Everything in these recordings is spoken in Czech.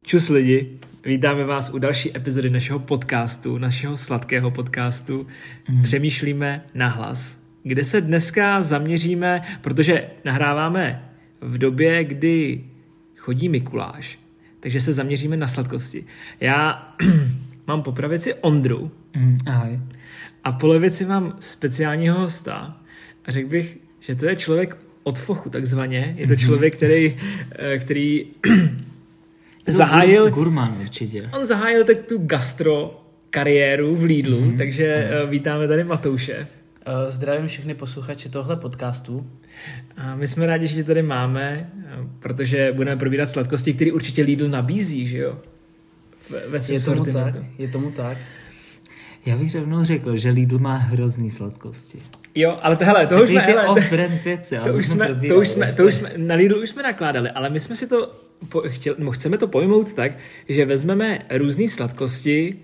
Čus lidi, vítáme vás u další epizody našeho podcastu, našeho sladkého podcastu Přemýšlíme nahlas, kde se dneska zaměříme, protože nahráváme v době, kdy chodí Mikuláš, takže se zaměříme na sladkosti. Já mám po pravici Ondru Ahoj. A po levici mám speciálního hosta a řekl bych, že to je člověk od fochu takzvaně. Je to člověk, který zahájil... Gurmán určitě. On zahájil teď tu gastro kariéru v Lidlu, takže vítáme tady Matouše. Zdravím všechny posluchače tohle podcastu. A my jsme rádi, že tě tady máme, protože budeme probírat sladkosti, které určitě Lidl nabízí, že jo? Ve svém sortimentu. Je tomu tak. Já bych rovnou řekl, že Lidl má hrozný sladkosti. Jo, ale to už jsme... off-brand věci, to už jsme, na Lidlu už jsme nakládali, ale my jsme si to, chceme to pojmout tak, že vezmeme různé sladkosti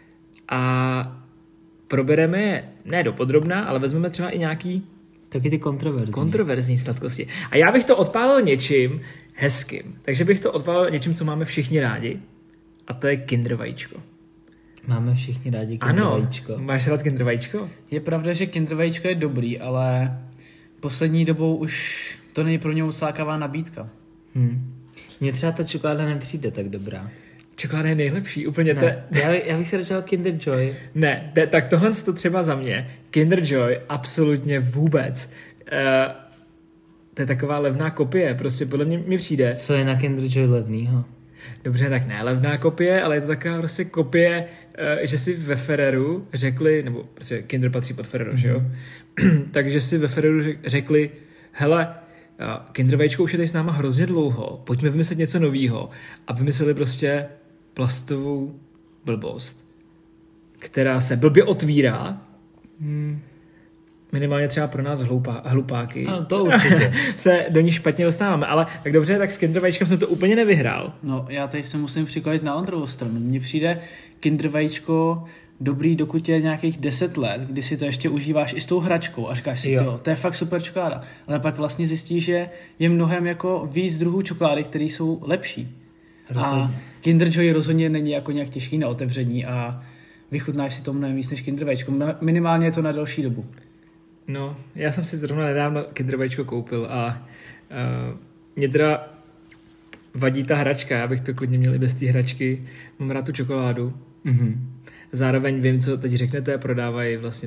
a probereme je, ne dopodrobna, ale vezmeme třeba i nějaký taky ty kontroverzní sladkosti. A já bych to odpálil něčím hezkým. Takže bych to odpálil něčím, co máme všichni rádi. A to je Kinder vajíčko. Máme všichni rádi Kinder vajíčko. Ano, máš rád Kinder vajíčko? Je pravda, že Kinder vajíčko je dobrý, ale poslední dobou už to není pro něj moc lákavá nabídka. Mně třeba ta čokoláda nepřijde tak dobrá. Čokoláda je nejlepší, úplně ne, já bych si radšel Kinder Joy. Ne, tak tohle to třeba za mě. Kinder Joy absolutně vůbec. To je taková levná kopie, prostě podle mě mi přijde. Co je na Kinder Joy levnýho? Dobře, tak ne levná kopie, ale je to taková prostě kopie, že si ve Ferreru řekli, nebo prostě Kinder patří pod Ferrero, že jo? Takže si ve Ferreru řekli, hele, Kinder vajíčko už je tady s náma hrozně dlouho, pojďme vymyslet něco novýho. A vymysleli prostě plastovou blbost, která se blbě otvírá, minimálně třeba pro nás hlupáky. Ano, to určitě. Se do ní špatně dostáváme, ale tak dobře, tak s Kinder vajíčkem jsem to úplně nevyhrál. No, já tady se musím přikladit na Ondrovou stranu. Mně přijde Kinder vajíčko dobrý, dokud je nějakých 10 let, kdy si to ještě užíváš i s tou hračkou a říkáš si, to je fakt super čokoláda. Ale pak vlastně zjistíš, že je mnohem jako víc druhů čokolády, které jsou lepší. Rozhodně. A Kinder Joy rozhodně není jako nějak těžký na otevření a vychutnáš si to mnohem víc než Kinder vajíčko. Minimálně je to na delší dobu. No, já jsem si zrovna nedávno Kinder vajíčko koupil a mě teda vadí ta hračka, já bych to klidně měl i bez té hračky. Mám rád tu čokoládu. Zároveň vím, co teď řeknete, prodávají vlastně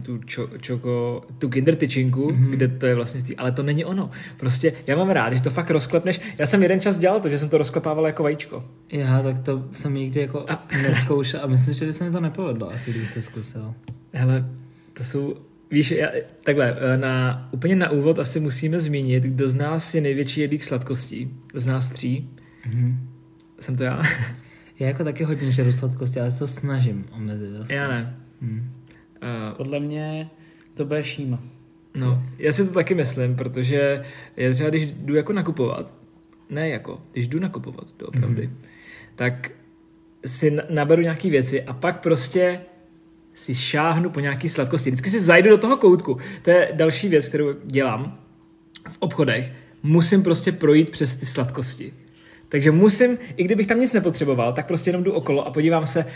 tu Kinder tyčinku, kde to je vlastně ale to není ono. Prostě já mám rád, že to fakt rozklepneš. Já jsem jeden čas dělal to, že jsem to rozklepával jako vajíčko. Já, tak to jsem nikdy jako neskoušel a myslím, že by se mi to nepovedlo, asi kdybych to zkusil. Hele, to jsou, víš, takhle, úplně na úvod asi musíme zmínit, kdo z nás je největší jedlík sladkostí. Z nás 3. Jsem to já? Já jako taky hodně žeru sladkosti, ale se to snažím omezit. Já ne. Podle mě to bude Šíma. No, já si to taky myslím, protože já třeba, když jdu jako nakupovat, když jdu nakupovat, doopravdy, tak si naberu nějaký věci a pak prostě si šáhnu po nějaký sladkosti. Vždycky si zajdu do toho koutku. To je další věc, kterou dělám v obchodech. Musím prostě projít přes ty sladkosti. Takže musím, i kdybych tam nic nepotřeboval, tak prostě jenom jdu okolo a podívám se,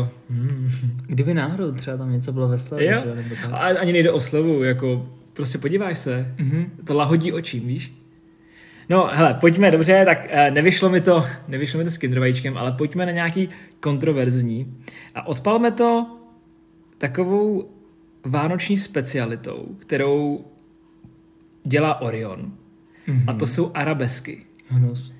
Kdyby náhodou třeba tam něco bylo ve slevě, že? Nebo tak. Ani nejde o slevu, jako prostě podíváš se, to lahodí očím, víš? No, hele, pojďme, dobře, tak nevyšlo mi to s Kinder vajíčkem, ale pojďme na nějaký kontroverzní a odpalme to takovou vánoční specialitou, kterou dělá Orion. A to jsou arabesky. Hnus.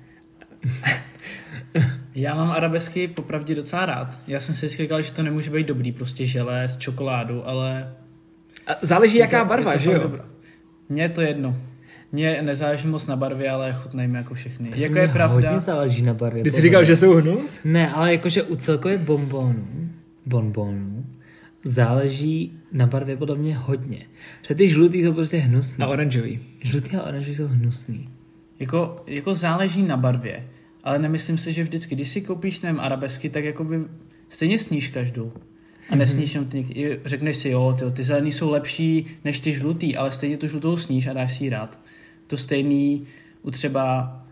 Já mám arabesky popravdě docela rád. Já jsem si říkal, že to nemůže být dobrý, prostě želé s čokoládu, ale... A záleží jaká barva, že jo? Mně je to jedno. Mně nezáleží moc na barvě, ale chutnejme jako všechny. Jako je pravda... Hodně záleží na barvě. Ty jsi říkal, že jsou hnus? Ne, ale jakože u celkově bonbonů záleží na barvě podle mě hodně. Že ty žlutý jsou prostě hnusný. A oranžový. Žlutý a oranžový jsou hnusný. Jako záleží na barvě, ale nemyslím si, že vždycky, když si koupíš arabesky, tak jakoby stejně sníš každou. A nesníš jenom ty, řekneš si, ty zelený jsou lepší než ty žlutý, ale stejně tu žlutou sníš a dáš si ji rád. To stejný u třeba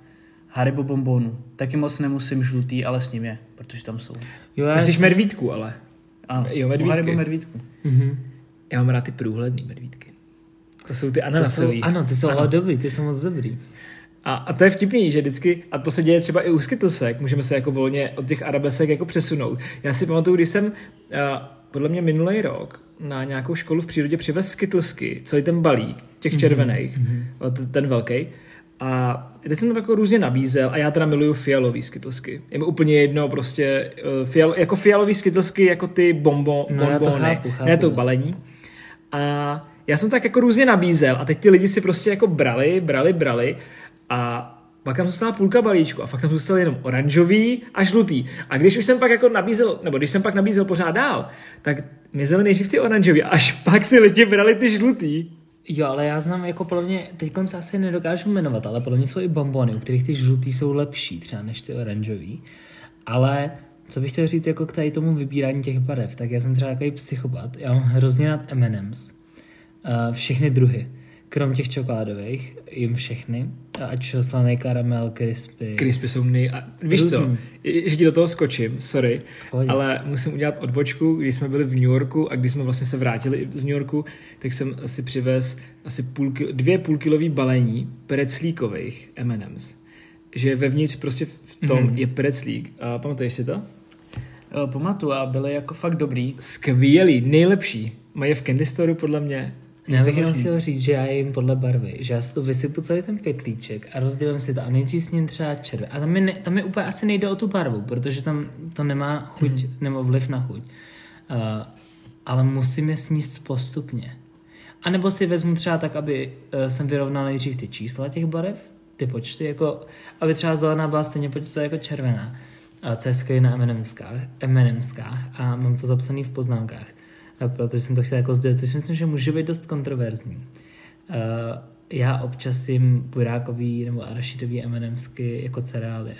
Haribo bonbonů. Taky moc nemusím žlutý, ale s ním je, protože tam jsou. Jo, myslíš medvídku, ale. Ano, jo, medvídky. Haribo medvídku. Já mám rád ty průhledný medvídky. To jsou ty ananasový. Ano, ty jsou dobrý, ty jsou moc dobrý. A to je vtipný, že vždycky, a to se děje třeba i u Skittlesek, můžeme se jako volně od těch arabesek jako přesunout. Já si pamatuju, když jsem podle mě minulý rok na nějakou školu v přírodě přivez Skittlesky, celý ten balík těch červených, ten velký. A teď jsem to jako různě nabízel a já teda miluju fialový Skittlesky. Je mi úplně jedno prostě, jako fialový Skittlesky, jako ty bonbony, chápu. ne to balení. A já jsem tak jako různě nabízel a teď ty lidi si prostě jako brali a pak tam zůstala půlka balíčku a fakt tam zůstal jenom oranžový a žlutý. A když už jsem pak jako nabízel, nebo když jsem pak nabízel pořád dál, tak mizely nejdřív ty oranžový a až pak si lidi brali ty žlutý. Jo, ale já znám jako podle mě, teď konce asi nedokážu jmenovat, ale podle mě jsou i bonbony, u kterých ty žlutý jsou lepší třeba než ty oranžový. Ale co bych chtěl říct jako k tady tomu vybírání těch barev, tak já jsem třeba takový psychopat. Já mám hrozně rád M&M's. Všechny druhy. Krom těch čokoládových, jim všechny. Ať už slaný karamel, crispy. Crispy jsou víš různý. Co, že ti do toho skočím, sorry, ale musím udělat odbočku. Když jsme byli v New Yorku a když jsme vlastně se vrátili z New Yorku, tak jsem asi přivez asi 2 půlkilový balení preclíkových M&M's. Že vevnitř prostě v tom je preclík. A pamatuješ si to? Pamatuju a byly jako fakt dobrý. Skvělý, nejlepší. Mají v Candy Store podle mě. Já bych jenom chtěl říct, že já jim podle barvy, že já si to vysypu celý ten pytlíček a rozdělím si to a nejdřív s ním třeba červený. A tam mi úplně asi nejde o tu barvu, protože tam to nemá chuť, nebo vliv na chuť. Ale musím je sníst postupně. A nebo si vezmu třeba tak, aby jsem vyrovnal nejdřív ty čísla těch barev, ty počty, jako, aby třeba zelená byla stejně počítá jako červená. Co je skvělé na M&Mskách a mám to zapsané v poznámkách. Protože jsem to chtěl jako sdělit, což myslím, že může být dost kontroverzní. Já občas jim burákový nebo arašidový M&Msky jako cereálie.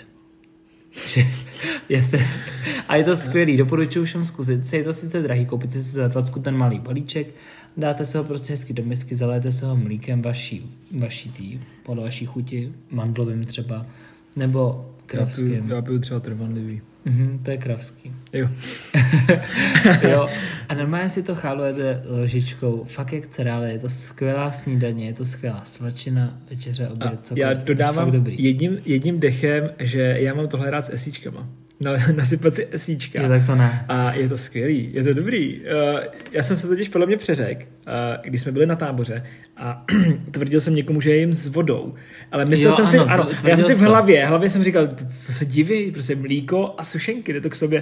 A je to skvělý, doporučuji všem zkusit. Je to sice drahý, koupit si za 20 ten malý balíček, dáte se ho prostě hezky do misky, zaléte se ho mlíkem podle vaší chuti, mandlovým třeba, nebo kravským. Já piju třeba trvanlivý. To je kravský. Jo. Jo. A normálně si to chálujete ložičkou, fakt jak cereálie, je to skvělá snídaně, je to skvělá svačina, večeře, oběd, cokoliv. Já dodávám jedním dechem, že já mám tohle rád s esíčkama. Nasypat si esíčka. Jo, tak to ne. A je to skvělý, je to dobrý. Já jsem se totiž podle mě přeřekl, když jsme byli na táboře a tvrdil jsem někomu, že je jim s vodou. Ale myslel jsem si, já jsem si v hlavě jsem říkal, co se diví, prostě mlíko a sušenky, jde to k sobě.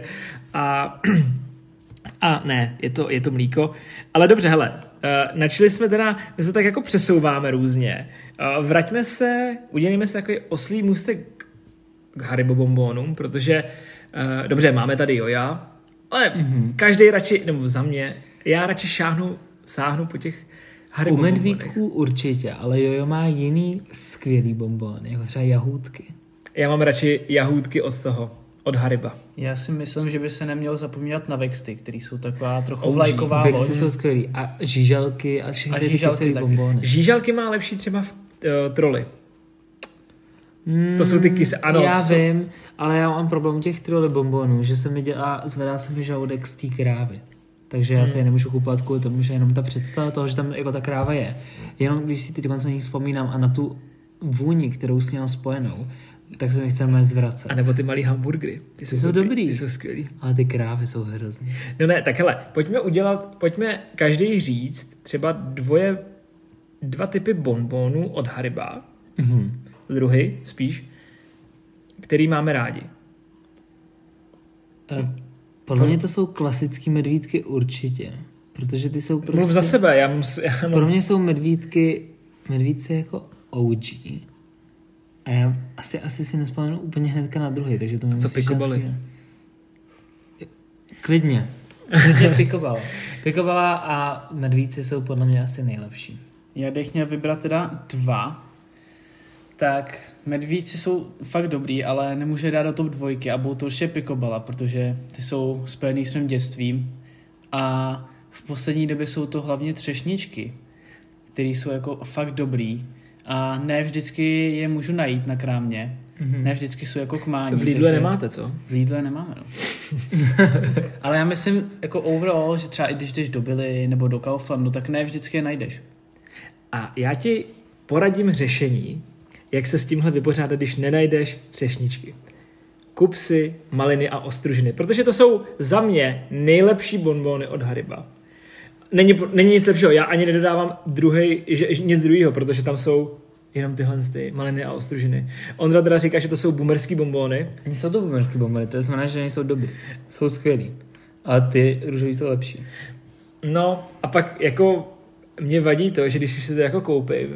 A ne, je to mlíko. Ale dobře, hele, načili jsme teda, my se tak jako přesouváme různě. Vraťme se, udělejme se takový oslý můstek k Haribo bonbonům, protože dobře, máme tady joja, ale každý radši, nebo za mě, já radši sáhnu po těch Haribo bonbonech. U medvídků určitě, ale jojo má jiný skvělý bonbony, jako třeba jahůdky. Já mám radši jahůdky od Hariba. Já si myslím, že by se nemělo zapomínat na vexty, které jsou taková trochu vlajková loď. Vexty jsou skvělý. A žížalky a všechny ty kyselý bonbony. Žížalky má lepší třeba v Trolli. To jsou ty ano. Já vím, ale já mám problém těch Trolli bonbonů, že se mi zvedá se mi žaludek z té krávy. Takže já se je nemůžu kupovat kvůli tomu, že jenom ta představa toho, že tam jako ta kráva je. Jenom když si teď na ní vzpomínám a na tu vůni, kterou s ním spojenou, tak se mi chceme zvracet. A nebo ty malý hamburgery. Ty jsou dobrý. Ty jsou skvělý. Ale ty krávy jsou hrozný. No ne, tak hele, pojďme každý říct třeba 2 typy bonbonů od Hariba. Druhý spíš, který máme rádi. Podle mě to jsou klasický medvídky určitě. Protože ty jsou prostě... Mluv za sebe, Pro mě jsou medvídci jako OG. A já asi si nespomenu úplně hnedka na druhý, takže to mi co pikobali? Klidně pikobala. Pikobala a medvídci jsou podle mě asi nejlepší. Já bych měl vybrat teda 2. Tak medvídci jsou fakt dobrý, ale nemůže dát do top 2 a budou to určitě pikobala, protože ty jsou spojený s mým dětstvím. A v poslední době jsou to hlavně třešničky, které jsou jako fakt dobrý. a ne vždycky je můžu najít na krámě. Ne vždycky jsou jako k mání. V Lidle nemáte, co? V Lidle nemáme, no. Ale já myslím, jako overall, že třeba i když jdeš do Billy nebo do Kauflandu, tak ne vždycky je najdeš. A já ti poradím řešení, jak se s tímhle vypořádat, když nenajdeš třešničky. Kup si maliny a ostružiny, protože to jsou za mě nejlepší bonbony od Hariba. Není nic lepšího, já ani nedodávám nic druhého, protože tam jsou jenom tyhle maliny a ostružiny. Ondra teda říká, že to jsou boomerský bonbony. Oni jsou to boomerský bonbony, to znamená, že nejsou dobrý. Jsou skvělý. A ty růžový jsou lepší. No a pak jako mě vadí to, že když si to jako koupím,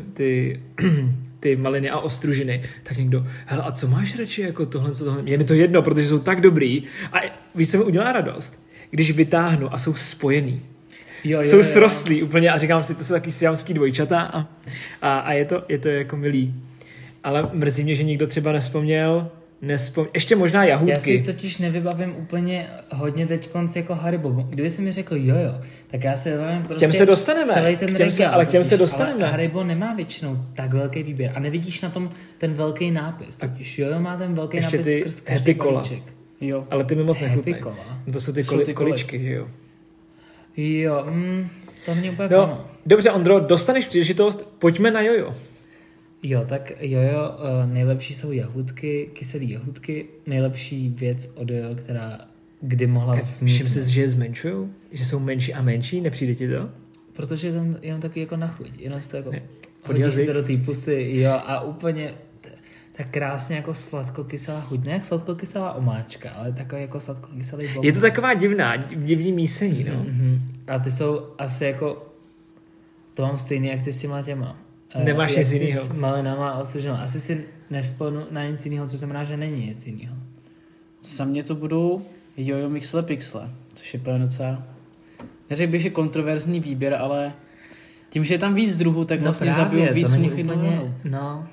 ty maliny a ostružiny, tak někdo, hele, a co máš radši jako tohle? Je mi to jedno, protože jsou tak dobrý. A víš, co mi udělá radost? Když vytáhnu a jsou spojený. Jsou srostlí úplně a říkám si, to jsou taky siamský dvojčata a je to jako milý. Ale mrzí mě, že nikdo třeba nespomněl, ještě možná jahůdky. Já si totiž nevybavím úplně hodně teďkonc jako Haribo. Kdyby si mi řekl jojo, tak já se vybavím prostě těm se dostaneme. celý ten regál. Ale k těm se dostaneme. Ale Haribo nemá většinou tak velký výběr a nevidíš na tom ten velký nápis. Totiž jojo má ten velký ještě nápis skrz každý balíček. Jo. Ale ty mi moc nechutnají. No to jsou ty količky, že jo? Jo, to mě úplně no, dobře, Ondro, dostaneš příležitost, pojďme na jojo. Jo, tak jojo, nejlepší jsou jahůdky, kyselé jahůdky, nejlepší věc od jojo, která kdy mohla vzniknout. Všim si, že je zmenšujou? Že jsou menší a menší? Nepřijde ti to? Protože je tam jenom takový jako na chuť, jenom to jako hodí si to do té pusy, jo, a úplně tak krásně jako sladkokyselá chuť, ne jak sladkokyselá omáčka, ale takový jako sladkokyselý bonbon. Je to taková divný mísení, no. A ty jsou asi jako, to mám stejný, jak ty s těma. Nemáš nic jinýho. S malinama a ostruženou. Asi si nevzpomenu na nic jinýho, což znamená, že není nic jinýho. Za mě to budou jojo mixle pixle, což je plně docela, neřekl bych, že kontroverzní výběr, ale tím, že je tam víc druhů, tak vlastně zabijou víc muchy. No.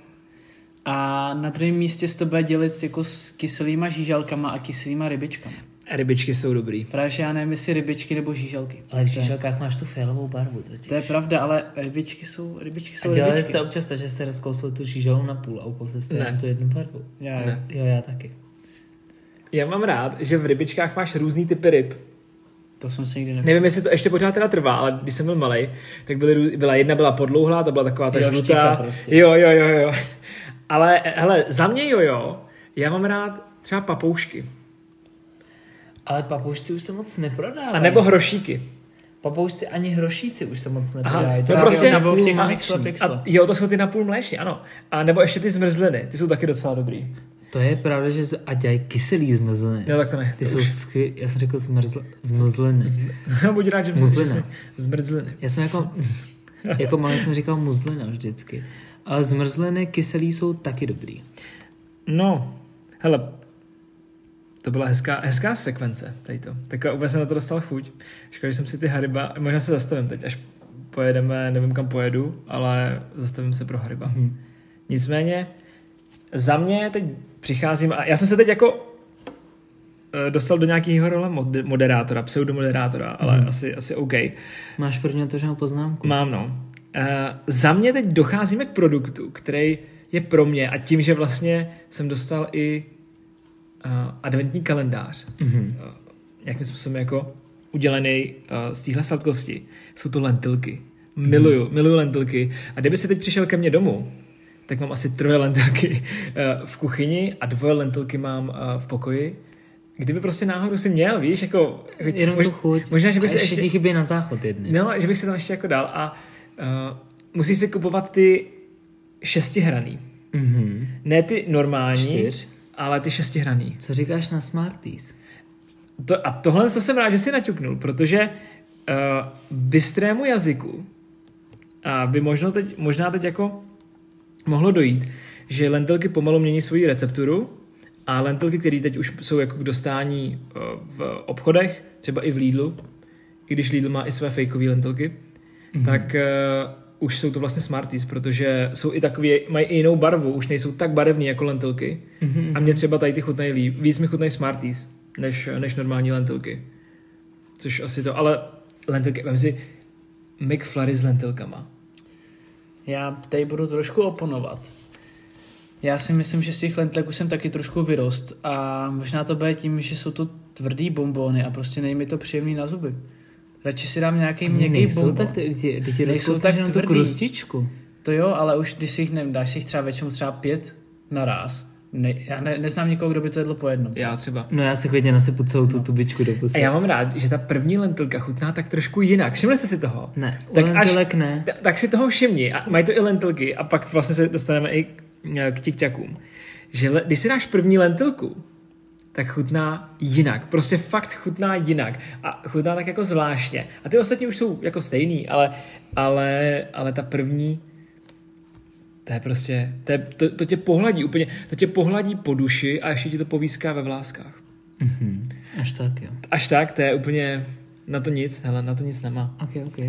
A na druhém místě se to bude dělit jako s kyselýma žížalkama a kyselýma rybičkami. Rybičky jsou dobrý. Právě, že já nevím, jestli rybičky nebo žížalky. Ale v žížalkách máš tu fialovou barvu totiž. To je pravda, ale rybičky jsou A dělali jste občas to, že jste rozkousli tu žížalu na půl a ukousli jste jen tu jednu barvu? Jo, já taky. Já mám rád, že v rybičkách máš různý typy ryb. To jsem si nikdy nevím. Nevím, jestli to ještě pořád teda trvá, ale když jsem byl malej, tak jedna byla podlouhlá, ta byla taková ta žlutá. Prostě. Jo. Ale hele, za mě jojo, já mám rád třeba papoušky. Ale papoušci už se moc neprodávají. A nebo hrošíky. Papoušci ani hrošíci už se moc neprodávají. To prostě napůl jo, to jsou ty napůl mléční, ano. A nebo ještě ty zmrzliny, ty jsou taky docela dobrý. To je pravda, že a dělají kyselý zmrzliny. Jo, tak to ne. Ty jsou já jsem řekl zmrzliny. Buď rád, že zmrzliny. Já jsem jako malý jsem říkal muzlina vždycky. Ale zmrzliny kyselý jsou taky dobrý. No, hele, to byla hezká sekvence, tady to. Tak úplně jsem na to dostal chuť. Škoda, že jsem si ty Hariba, možná se zastavím teď, až pojedeme, nevím kam pojedu, ale zastavím se pro Hariba. Nicméně, za mě teď přicházím, a já jsem se teď jako dostal do nějakého role moderátora, pseudomoderátora, ale asi OK. Máš pro mě otevřenou poznámku? Mám, no. Za mě teď docházíme k produktu, který je pro mě, a tím, že vlastně jsem dostal i adventní kalendář, nějakým způsobem jako udělený z téhle sladkosti, jsou to lentilky. Miluju lentilky. A kdyby si teď přišel ke mně domů, tak mám asi 3 lentilky v kuchyni a 2 lentilky mám v pokoji. Kdyby prostě náhodou si měl, víš, jako... Jenom tu chuť. Možná, že bych a ještě ti chybí na záchod jedny. No, že bych se tam ještě jako dal a musíš si kupovat ty 6hraný. Ne ty normální, 4, ale ty 6hraný. Co říkáš na Smarties? A tohle jsem rád, že si naťuknul, protože bystrému jazyku by možná teď jako mohlo dojít, že lentilky pomalu mění svoji recepturu a lentilky, které teď už jsou jako k dostání v obchodech, třeba i v Lidlu, i když Lidl má i své fejkové lentilky, tak už jsou to vlastně Smarties, protože jsou i takový, mají i jinou barvu, už nejsou tak barevný jako lentilky. A mě třeba tady ty chutnají líp. Víc mi chutnají Smarties, než normální lentilky. Což asi to, ale lentilky, vem si McFlurry s lentilkama. Já tady budu trošku oponovat. Já si myslím, že z těch lentlek už jsem taky trošku vyrost a možná to bude tím, že jsou to tvrdý bonbony a prostě není mi to příjemný na zuby. Radši si dám nějaký měkký bonbon. Nejsou tak tu krustičku. To jo, ale už když si jich dáš si jich třeba většinou třeba 5 naráz. Já neznám nikoho, kdo by to jedl po jednom. Já třeba. No já si klidně nasypu celou tu tubičku do pusy. A já mám rád, že ta první lentilka chutná tak trošku jinak. Všimli jste si toho? Ne, tak lentilek ne. Tak si toho všimni. A mají to i lentilky a pak vlastně se dostaneme i k tikťakům. Že když si dáš první lentilku, tak chutná jinak. Prostě fakt chutná jinak. A chutná tak jako zvláštně. A ty ostatní už jsou jako stejný, ale ta první, to je prostě, to tě pohladí úplně, to tě pohladí po duši a ještě ti to povíská ve vláskách. Mm-hmm. Až tak, jo. Až tak, to je úplně, na to nic, hele, na to nic nemá. Ok.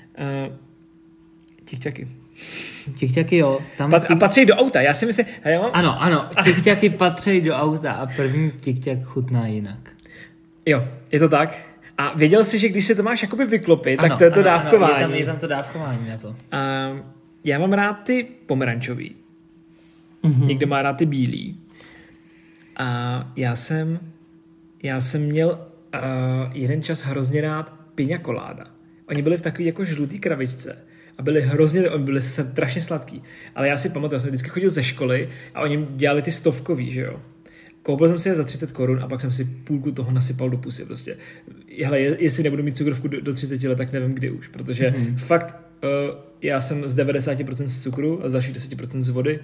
Tikťaky. Tikťaky, jo. A patří do auta, já si myslím, Ano, tikťaky patří do auta a první tikťak chutná jinak. Jo, je to tak. A věděl jsi, že když se to máš jakoby vyklopit, tak to je to dávkování. Ano, je tam to dávkování na to. Já mám rád ty pomerančový. Mm-hmm. Někdo má rád ty bílý. A já jsem měl jeden čas hrozně rád piña colada. Oni byli v takový jako žlutý krabičce. A byli strašně sladký. Ale já si pamatuju, já jsem vždycky chodil ze školy a oni dělali ty stovkový, že jo. Koupil jsem si je za 30 korun a pak jsem si půlku toho nasypal do pusy prostě. Hele, jestli nebudu mít cukrovku do 30 let, tak nevím kdy už, protože fakt já jsem z 90% z cukru a z dalších 10% z vody.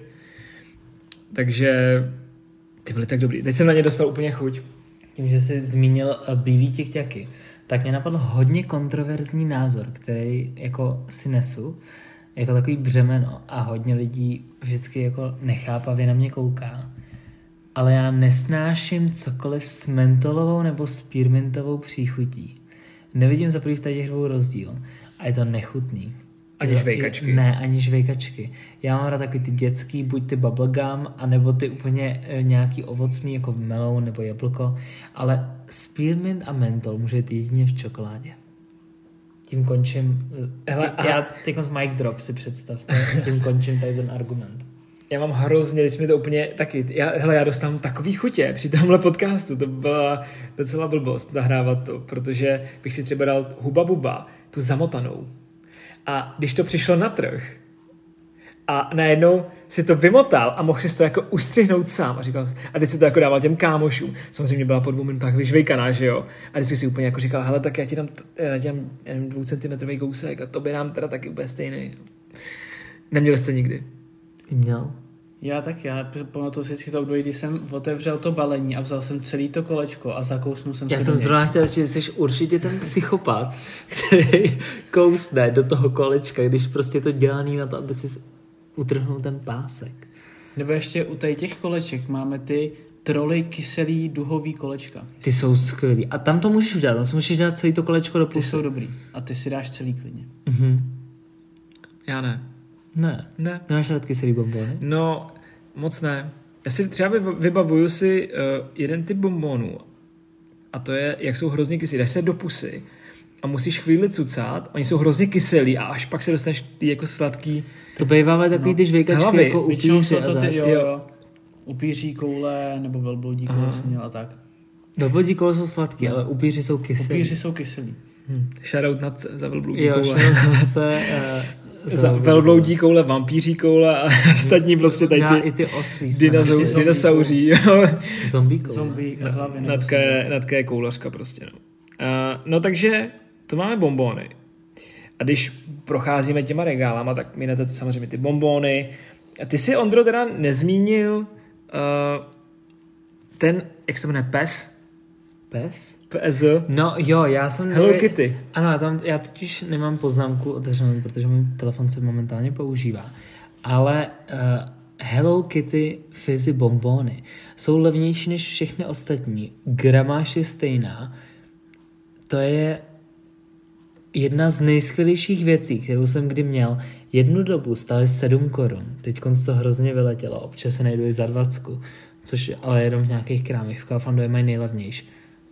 Takže ty byly tak dobrý. Teď jsem na ně dostal úplně chuť. Tím, že jsi zmínil bílý tikťaky, tak mě napadl hodně kontroverzní názor, který jako si nesu, jako takový břemeno a hodně lidí vždycky jako nechápavě na mě kouká. Ale já nesnáším cokoliv s mentolovou nebo spearmintovou příchutí. Nevidím za první v těch dvou rozdíl. A je to nechutný. Ani žvejkačky. Ne, ani žvejkačky. Já mám rád takový ty dětský, buď ty bubblegum, anebo ty úplně nějaký ovocný, jako meloun nebo jablko. Ale spearmint a mentol může jít jedině v čokoládě. Tím končím. Já teď mic drop si představte. Tím končím tady ten argument. Já mám hrozně, teď mi to úplně taky, já dostávám takový chutě při tomhle podcastu, to byla docela blbost nahrávat to, protože bych si třeba dal Huba Buba, tu zamotanou. A když to přišlo na trh a najednou si to vymotal a mohl si to jako ustřihnout sám a říkal, a teď si to jako dával těm kámošům, samozřejmě byla po 2 minutách vyžvejkaná, že jo, a vždycky si úplně jako říkal, hele, tak já ti dám 2 centimetrový kousek a to by nám teda taky úplně stejný. Neměli jste nikdy? Měl. Já pamatuju si to období, když jsem otevřel to balení a vzal jsem celý to kolečko a zakousnul jsem Já jsem zrovna chtěl, že jsi určitě ten psychopat, který kousne do toho kolečka, když prostě je to dělaný na to, aby si utrhnul ten pásek. Nebo ještě u těch koleček máme ty troly kyselý duhový kolečka. Ty jsou skvělý. A tam to můžeš udělat, tam si můžeš dát celý to kolečko do pusy. Ty jsou dobrý. A ty si dáš celý klidně. Mhm. Já ne. Ne. Nemáš rád kyselý bonbony? No, moc ne. Já si třeba vybavuju si jeden typ bonbonů a to je, jak jsou hrozně kyselý. Dáš se do pusy a musíš chvíli cucat, oni jsou hrozně kyselí a až pak se dostaneš ty jako sladký. To bývaly takový ty žvejkačky hlavy. jako upíři a tak. Jo. Upíří koule nebo velbloudí koule jsem měla tak. Velbloudí koule jsou sladký, ale upíři jsou kyselí. Upíři jsou kyselí. Shoutout Natce za velbloudí koule. Shoutout Natce. Za velbloudí koule, vampíří koule a ostatní prostě tady ty oslí dinosauří. Zombie koule. Zombie hlavy. Natka je koulařka prostě. No takže to máme bonbony. A když procházíme těma regálama, tak minete samozřejmě ty bonbony. A ty si, Ondro, teda nezmínil ten, jak se jmenuje, PES? PES? No jo, já jsem... Hello Kitty. Ano, já totiž nemám poznámku otevřenou, protože můj telefon se momentálně používá. Ale Hello Kitty fizzy bonbony jsou levnější než všechny ostatní. Gramáž je stejná. To je jedna z nejskvělejších věcí, kterou jsem kdy měl. Jednu dobu stály 7 korun. Teďkonc to hrozně vyletělo. Občas se najdu i za 20, což ale jenom v nějakých krámech. V Kauflandu je mají nejlevnější.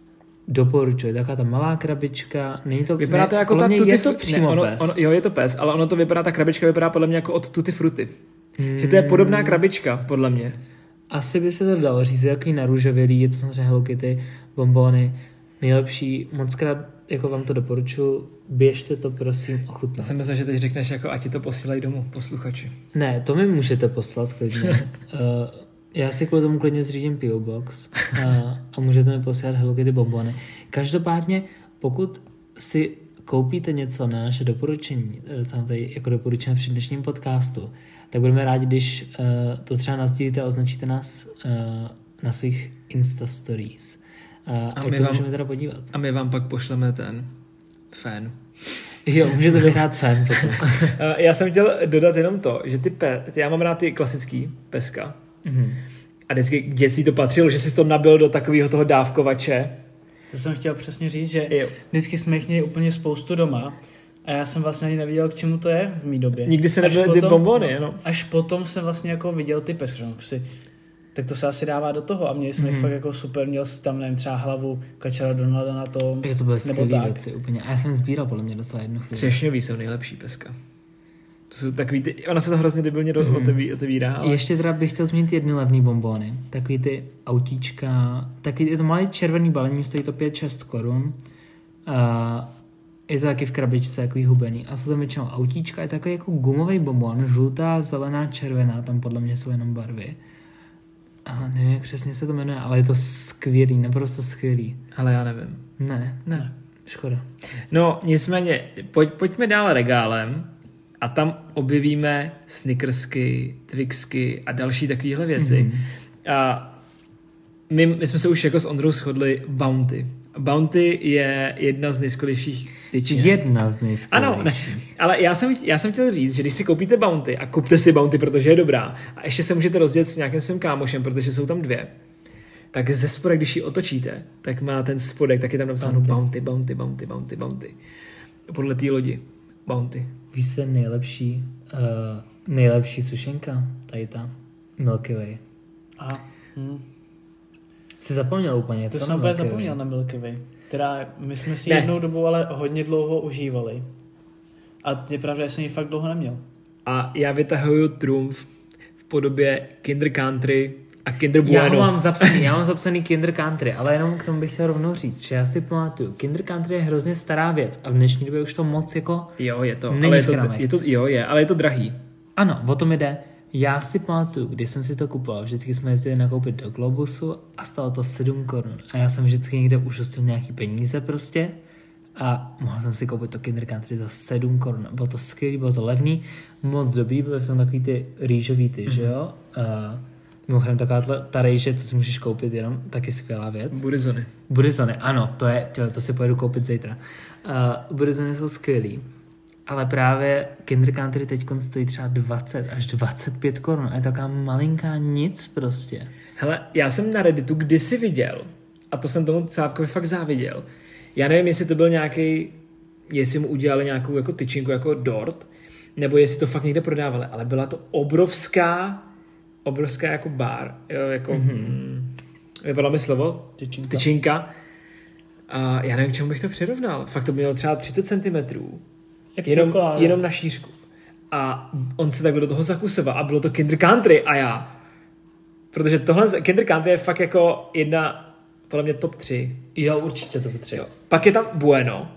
doporučuji. Taková ta malá krabička, není to... Vypadá to jako ta tutti je to přímo pes. Jo, je to pes, ale ono to vypadá, ta krabička vypadá podle mě jako od Tutti Frutti. Že to je podobná krabička, podle mě. Asi by se to dalo říct, jaký narůžovělý, je to samozřejmě Hello Kitty, bonbony, nejlepší, mockrát jako vám to doporučuji, běžte to prosím ochutnat. Já jsem myslel, že teď řekneš jako ať ti to posílají domů, posluchači. Ne, to mi můžete poslat klidně. Já si kvůli tomu klidně zřídím P.O. Box a můžete mi posílat Hello Kitty bonbony. Každopádně, pokud si koupíte něco na naše doporučení, co nám tady jako doporučíme při dnešním podcastu, tak budeme rádi, když to třeba nasdílíte a označíte nás na svých Insta Stories. Ať se můžeme teda podívat. A my vám pak pošleme ten fan. Jo, můžete vyhrát fan potom. Já jsem chtěl dodat jenom to, že já mám rád ty klasický peska. Mm-hmm. A vždycky k dětství to patřilo, že jsi to nabil do takového toho dávkovače. To jsem chtěl přesně říct, že vždycky jsme jich měli úplně spoustu doma a já jsem vlastně ani neviděl, k čemu to je v mý době. Nikdy se nebyly ty bonbony, no. Až potom jsem vlastně jako viděl ty pesky, tak to se asi dává do toho a měli jsme fakt jako super, měl jsi tam, nevím, třeba hlavu Kačera Donalda na tom. Je to byly skvělý věci úplně. A já jsem sbíral podle mě docela jednu chvíli. Třešňový jsou nejlepší peska. To jsou takový ty, ona se to hrozně debilně otevírá. Ale... Ještě teda bych chtěl zmínit jedny levný bonbony. Takový ty autíčka, takový, je to malý červený balení, stojí to 5-6 korun. Je to taky v krabičce, takový hubený. A jsou tam většinou autíčka, je takový jako gumový bonbon, žlutá, zelená, červená, tam podle mě jsou jenom barvy. A nevím, jak přesně se to jmenuje, ale je to skvělý, naprosto skvělý. Ale já nevím. Ne. Škoda. No, nicméně, pojďme dál regálem a tam objevíme Snickersky, Twixky a další takovéhle věci. A my jsme se už jako s Ondrou shodli Bounty. Bounty je jedna z nejskvělejších tyčinek. Jedna z nejskvělejších. Ano, ne, ale já jsem chtěl říct, že když si koupíte Bounty a kupte si Bounty, protože je dobrá a ještě se můžete rozdělit s nějakým svým kámošem, protože jsou tam dvě, tak ze spodek, když ji otočíte, tak má ten spodek, tak je tam napsáno Bounty. Podle té lodi. Bounty. Víš se nejlepší sušenka? Tady ta Milky Way. Aha. Jsi zapomněl úplně, co? To jsem úplně zapomněl na Milky Way. Teda my jsme si jednou dobu ale hodně dlouho užívali. A je pravda, že jsem ji fakt dlouho neměl. A já vytahuju trumf v podobě Kinder Country a Kinder Bueno. Já mám zapsaný Kinder Country, ale jenom k tomu bych chtěl rovnou říct, že já si pamatuju, Kinder Country je hrozně stará věc a v dnešní době už to moc jako jo, je to, není ale ale je to drahý. Ano, o tom jde. Já si pamatuju, když jsem si to kupoval, vždycky jsme jezdili nakoupit do Globusu a stalo to 7 korun. A já jsem vždycky někde ušustil nějaký peníze prostě a mohl jsem si koupit to Kinder Country za 7 korun. Bylo to skvělý, bylo to levný, moc dobrý, byly v tom takový ty rýžový ty, že jo? Mimochodem taková ta rejže, co si můžeš koupit jenom, taky skvělá věc. Burizony, ano, to si pojedu koupit zítra. Burizony jsou skvělý. Ale právě Kinder Country teď stojí třeba 20 až 25 korun a je taková malinká nic prostě. Hele, já jsem na Redditu kdysi viděl, a to jsem tomu cápkovi fakt záviděl. Já nevím, jestli to byl jestli mu udělali nějakou jako tyčinku jako dort, nebo jestli to fakt někde prodávali, ale byla to obrovská jako bar, jo, jako, vypadalo mi slovo, tyčinka. A já nevím, k čemu bych to přirovnal. Fakt to mělo třeba 30 cm. Jenom na šířku. A on se takhle do toho zakusoval a bylo to Kinder Country a já. Protože tohle Kinder Country je fakt jako jedna, podle mě top 3. Jo, určitě top 3. Jo. Pak je tam Bueno.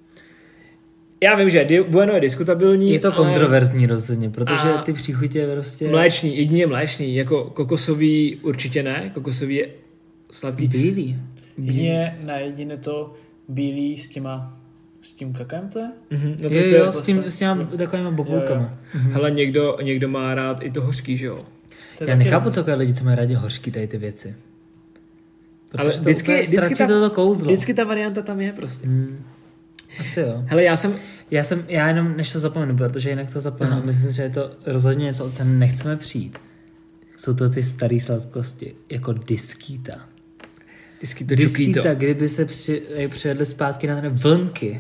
Já vím, že Bueno je diskutabilní. Je to kontroverzní rozhodně, protože ty příchutě prostě... Mléčný, jedině mléčný, jako kokosový určitě ne, kokosový je sladký. Bílý. Jedině to bílý s tím kakem to je? No jo, s těma takovýma bobulkama. Hele, někdo má rád i to hořký, že jo? Já nechápu takové lidi, co mají rádi hořký tady ty věci. Protože ale vždycky to kouzlo. Vždycky ta varianta tam je prostě. Asi jo. Hele, já jenom než to zapomenu, protože jinak to zapomenu. Myslím, že je to rozhodně něco, o co nechceme přijít. Jsou to ty staré sladkosti, jako diskýta. Diskýta, kdyby se přivedli zpátky na ten vlnky.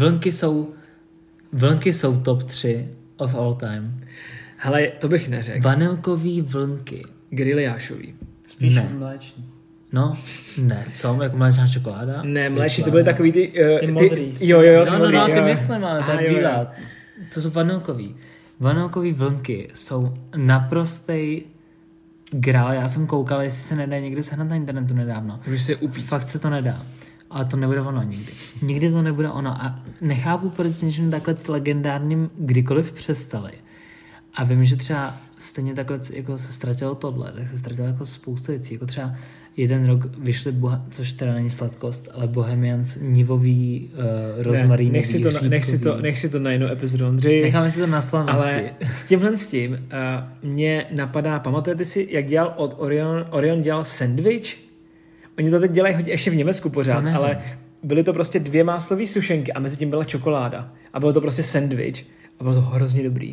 Vlnky jsou top 3 of all time. Hele, to bych neřekl. Vanilkový vlnky. Griliášový. Spíš mléční. No, ne, co? Jako mléčná čokoláda? Ne, mléčný, to byly takový ty... Ty modrý. Jo, No, modrý, ty jo. myslím, ale to Aha, je jo, bílá. jo. To jsou vanilkový. Vanilkový vlnky jsou naprostej grál. Já jsem koukal, jestli se nedá někde sehnat na internetu nedávno. Můžeš si je upít. Fakt se to nedá. Ale to nebude ono nikdy. Nikdy to nebude ono. A nechápu, proč s něčím takhle legendárním kdykoliv přestali. A vím, že třeba stejně takhle jako se ztratilo tohle, tak se ztratilo jako spousta věcí. Jako třeba jeden rok vyšly, což teda není sladkost, ale Bohemians nivový, rozmarínový, Nech si to na jinou epizodu, Ondřej. Necháme si to na slavnosti. Ale s tím mě napadá, pamatujete si, jak dělal od Orion dělal sandwich? Oni to teď dělají hodně ještě v Německu pořád, ale byly to prostě 2 máslové sušenky a mezi tím byla čokoláda. A bylo to prostě sandwich a bylo to hrozně dobrý.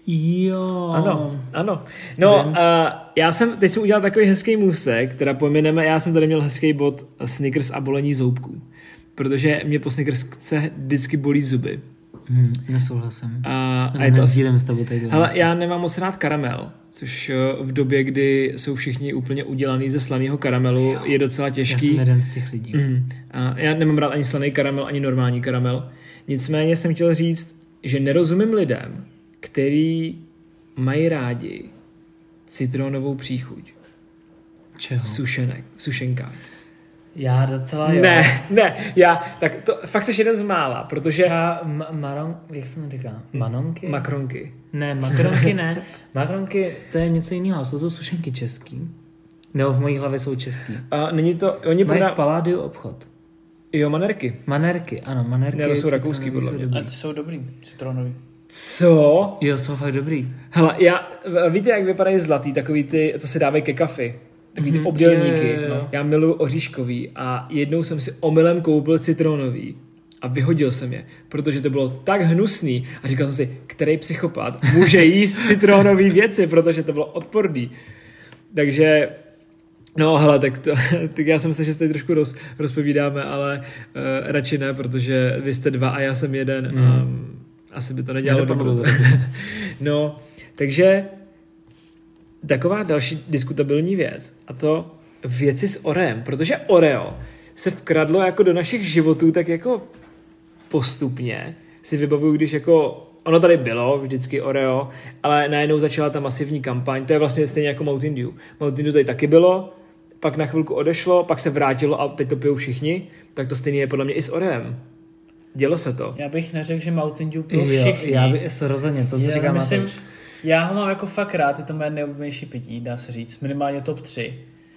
Jo. Ano. No, já jsem udělal takový hezký můstek, teda pojmeneme, já jsem tady měl hezký bod Snickers a bolení zoubků. Protože mě po Snickersce vždycky bolí zuby. Nesouhlasím. A je to sdílem s tebou tady. Hele, já nemám moc rád karamel, což v době, kdy jsou všichni úplně udělaný ze slaného karamelu, je docela těžký. Já jsem jeden z těch lidí. A já nemám rád ani slaný karamel, ani normální karamel. Nicméně jsem chtěl říct, že nerozumím lidem, který mají rádi citronovou příchuť. Čeho? V sušenkách. Já docela jo. Tak to fakt jsi jeden z mála, protože... Třeba jak se mi říká? Manonky? Makronky. Ne, makronky ne. Makronky, to je něco jiného, jsou to sušenky český. Nebo v mojí hlavě jsou český. A není to... Mají v Paládiu obchod. Jo, manerky. Manerky, ano, manerky. Ne, to jsou rakouský, podle mě. A ty jsou dobrý, citronový. Co? Jo, jsou fakt dobrý. Hele, víte, jak vypadají zlatý, takový ty, co se dávají ke kafi? Takový ty obdělníky. Jo. Já miluju oříškový a jednou jsem si omylem koupil citronový a vyhodil jsem je, protože to bylo tak hnusný a říkal jsem si, který psychopat může jíst citronový věci, protože to bylo odporný. Takže no hele, tak já jsem se, že se tady trošku rozpovídáme, ale radši ne, protože vy jste 2 a já jsem 1 a asi by to nedělalo dobrou. No, takže taková další diskutabilní věc, a to věci s Oreem, protože Oreo se vkradlo jako do našich životů tak jako postupně. Si vybavuju, když jako ono tady bylo vždycky Oreo, ale najednou začala ta masivní kampaň, to je vlastně stejně jako Mountain Dew. Mountain Dew tady taky bylo, pak na chvilku odešlo, pak se vrátilo a teď to pijou všichni, tak to stejně je podle mě i s Oreem. Dělo se to. Já bych neřekl, že Mountain Dew pijou všichni. Já bych rozhodně, to si říkám myslím, já ho mám jako fakt rád, je to moje nejoblíbenější pití, dá se říct, minimálně top 3.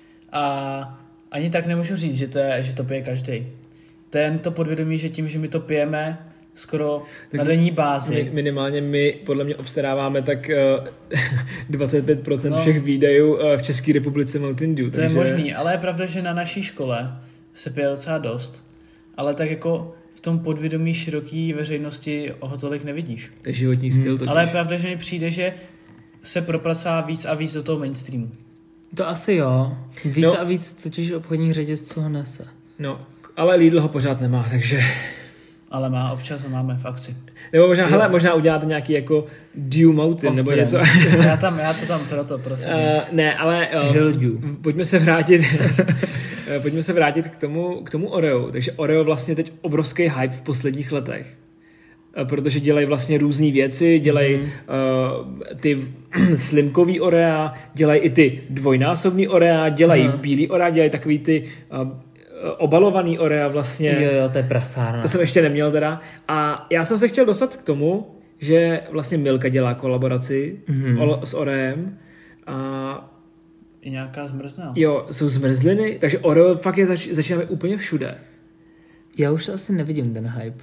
A ani tak nemůžu říct, že to pije každý. To podvědomí, že tím, že my to pijeme skoro tak na denní bázi. Minimálně my podle mě obstaráváme tak 25% všech výdajů v České republice Mountain Dew. To je možný, ale je pravda, že na naší škole se pije docela dost, ale tak jako v tom podvědomí široký veřejnosti ho tolik nevidíš. To je životní styl. Ale je pravda, že mi přijde, že se propracová víc a víc do toho mainstreamu. To asi jo. Víc a víc totiž obchodních řetězců ho nese. No, ale Lidl ho pořád nemá, takže... Ale občas ho máme v akci. Nebo možná uděláte nějaký jako Dew Mountain, nebo něco. Já to tam proto, prosím. Ne, ale pojďme se vrátit k tomu Oreo. Takže Oreo vlastně teď obrovský hype v posledních letech. Protože dělají vlastně různé věci, dělají ty slimkový Oreo, dělají i ty dvojnásobný Oreo, dělají bílý Oreo, dělají takový ty obalovaný Oreo vlastně. Jo, to je prasárna. To jsem ještě neměl teda. A já jsem se chtěl dostat k tomu, že vlastně Milka dělá kolaboraci s Oreem. A i nějaká zmrzlina. Jo, jsou zmrzliny, takže Oreo fakt začínáme úplně všude. Já už asi nevidím ten hype.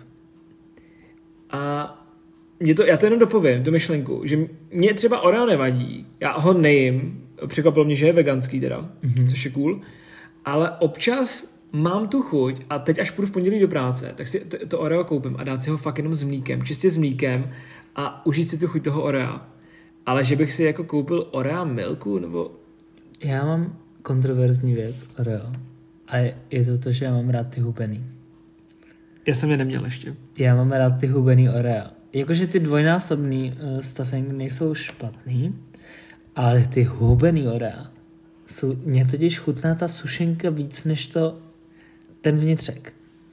A já to jenom dopovím, tu myšlenku, že mě třeba Oreo nevadí, já ho nejím, překvapilo mě, že je veganský teda, což je cool, ale občas mám tu chuť a teď až půjdu v pondělí do práce, tak si to Oreo koupím a dát si ho fakt jenom s mlíkem, čistě s mlíkem a užít si tu chuť toho Oreo. Ale že bych si jako koupil Oreo Milku, nebo... Já mám kontroverzní věc Oreo a je to, že já mám rád ty hubený. Já jsem je neměl ještě. Já mám rád ty hubený Oreo. Jakože ty dvojnásobný stuffing nejsou špatný, ale ty hubený Oreo, Mně totiž chutná ta sušenka víc než ten vnitřek.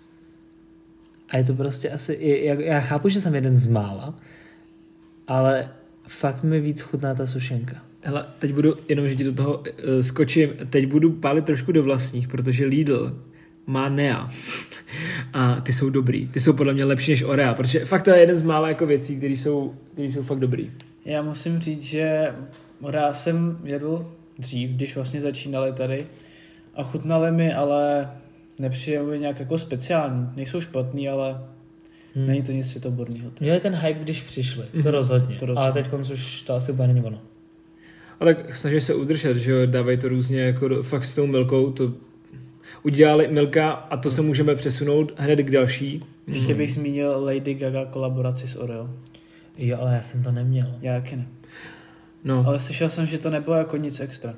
A je to prostě asi, já chápu, že jsem jeden z mála, ale fakt mi víc chutná ta sušenka. Hele, teď budu, jenom že ti do toho skočím, teď budu pálit trošku do vlastních, protože Lidl má Nea. A ty jsou dobrý. Ty jsou podle mě lepší než Oreo, protože fakt to je jeden z mála jako věcí, které jsou fakt dobrý. Já musím říct, že Oreo jsem jedl dřív, když vlastně začínali tady a chutnaly mi, ale nepřijde mi nějak jako speciální. Nejsou špatný, ale není to nic světoborného. Měli ten hype, když přišli, to rozhodně. Ale teď už to asi úplně není ono. A tak snaží se udržet, že jo, dávají to různě jako fakt s tou Milkou, to udělali Milka a to se můžeme přesunout hned k další. Ještě bych zmínil Lady Gaga kolaboraci s Oreo. Jo, ale já jsem to neměl. Já taky ne. No. Ale slyšel jsem, že to nebylo jako nic extra.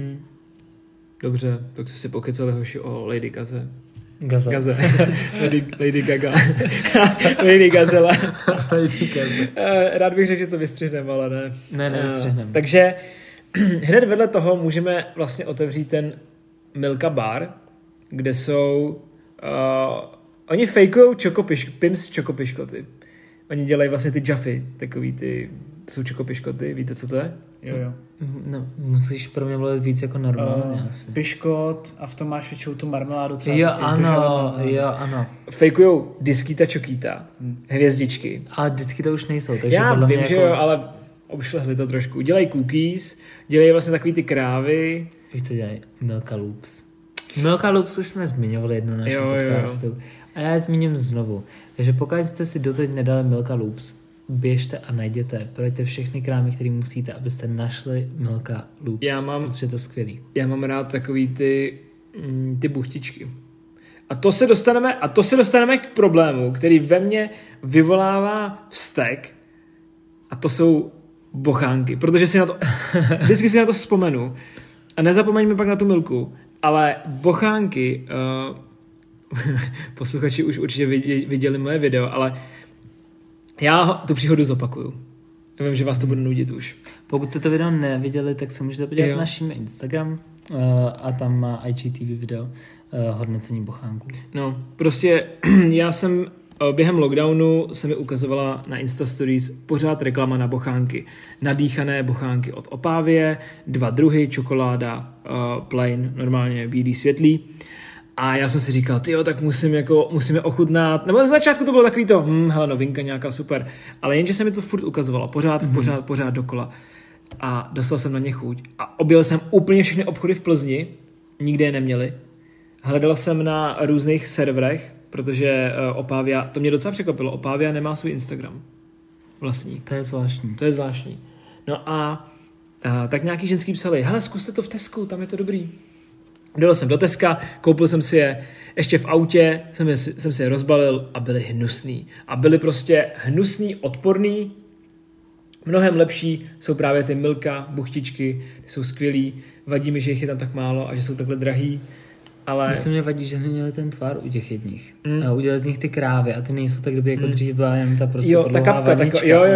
Dobře, tak se si pokecali hoši o Lady Gaze. Gaze. Lady Gaga. Lady Gazela. Lady Gaze. Rád bych řekl, že to vystřihneme, ale ne. Ne, nevystřihneme. Takže hned vedle toho můžeme vlastně otevřít ten Milka bar, kde jsou oni fejkujou Pims čokopiškoty. Oni dělají vlastně ty Jaffy, takový ty, jsou čokopiškoty, víte, co to je? Jo. No, musíš pro mě mluvit víc jako normálně asi. Piškot a v tom máš většinou tu marmeládu. Jo, ano. Fejkujou diskýta čokýta, hvězdičky. Ale diskýta už nejsou, takže já podle vím, mě že jako... jo, ale obšlehli to trošku. Dělají cookies, dělají vlastně takový ty krávy. Víš, co dělají? Milka Loops. Milka Loops už jsme zmiňovali jednu našem podcastu. Jo. A já je zmíním znovu. Takže pokud jste si doteď nedali Milka Loops, běžte a najděte. Projďte všechny krámy, které musíte, abyste našli Milka Loops. Protože je to skvělý. Já mám rád takový ty buchtičky. A to se dostaneme k problému, který ve mně vyvolává vztek. A to jsou bochánky. Protože vždycky si na to vzpomenu. A nezapomeňme pak na tu Milku. Ale bochánky, posluchači už určitě viděli moje video, ale já tu příhodu zopakuju. Já vím, že vás to bude nudit už. Pokud jste to video neviděli, tak se můžete podívat na naším Instagram a tam má IGTV video hodnocení bochánku. No, prostě já jsem během lockdownu se mi ukazovala na Insta Stories pořád reklama na bochánky. Nadýchané bochánky od Opavie, 2 druhy, čokoláda, plain, normálně bílý, světlý. A já jsem si říkal, tyjo, tak musíme ochutnat. Nebo na začátku to bylo takový to, hele, novinka nějaká, super. Ale jenže se mi to furt ukazovalo, pořád dokola. A dostal jsem na ně chuť. A objel jsem úplně všechny obchody v Plzni, nikde je neměli. Hledal jsem na různých serverech, protože Opavia, to mě docela překvapilo, Opavia nemá svůj Instagram vlastní. To je zvláštní. No a tak nějaký ženský psali, hele, zkuste to v Tesku, tam je to dobrý. Dojel jsem do Teska, koupil jsem si je, ještě v autě jsem si je rozbalil a byli hnusný. A byli prostě hnusný, odporný, mnohem lepší jsou právě ty Milka, buchtičky, ty jsou skvělý, vadí mi, že jich je tam tak málo a že jsou takhle drahý. Ale... Myslím, mě vadí, že neměli ten tvar u těch jedních. A udělali z nich ty krávy a ty nejsou tak dobrý jako dřív, byla jen ta prostě podlouhá vanička. Jo.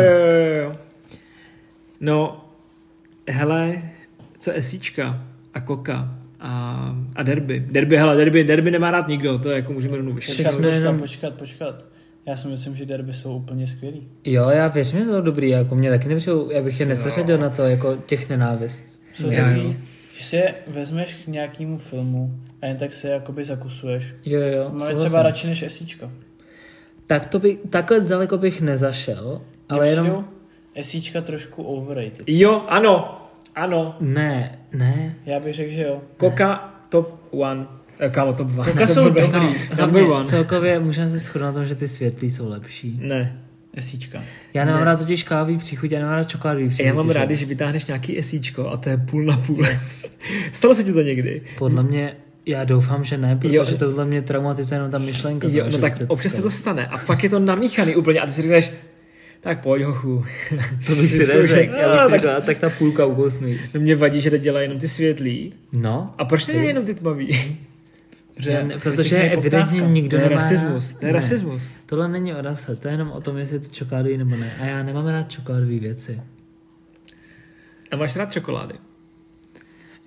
No, hele, co esíčka a koka a derby. Derby nemá rád nikdo, to jako můžeme rovnou Počkat. Já si myslím, že derby jsou úplně skvělý. Jo, já věřím, že jsou dobrý, jako mě taky nepřijou, já bych je nezařadil na to, jako těch nenávist. Jsou takový, že si je vezmeš k nějakému filmu a jen tak se jakoby zakusuješ. Jo. Máme třeba radši než esíčka. Takhle zdaleko bych nezašel, ale jenom... Esíčka trošku overrated. Jo, ano. Ne. Já bych řekl, že jo. Coca top 1. Kámo, top 2. Coca jsou dobrý. Number 1. Celkově můžeme se shodnout na tom, že ty světlý jsou lepší. Ne. Esíčka. Já nemám rád totiž kávový příchuť, já nemám rád čokoládový příchuť. Já mám rád, že vytáhneš nějaký esíčko a to je půl na půl. Stalo se ti to někdy? Podle mě, já doufám, že ne, protože to podle mě traumatizuje jenom ta myšlenka. Jo, no tak občas se to stane a fakt je to namíchaný úplně a ty si říkáš, tak pojď hochu. To bych si neřekl, já bych si řekl, tak ta půlka ukousný. No mě vadí, že teď dělají jenom ty světlý. No. A proč nedělají jenom ty tmavý? Protože evidentně nikdo nemá... To je rasismus. Tohle není o rase, to je jenom o tom, jestli je to čokoládový nebo ne. A já nemám rád čokoládové věci. A máš rád čokolády?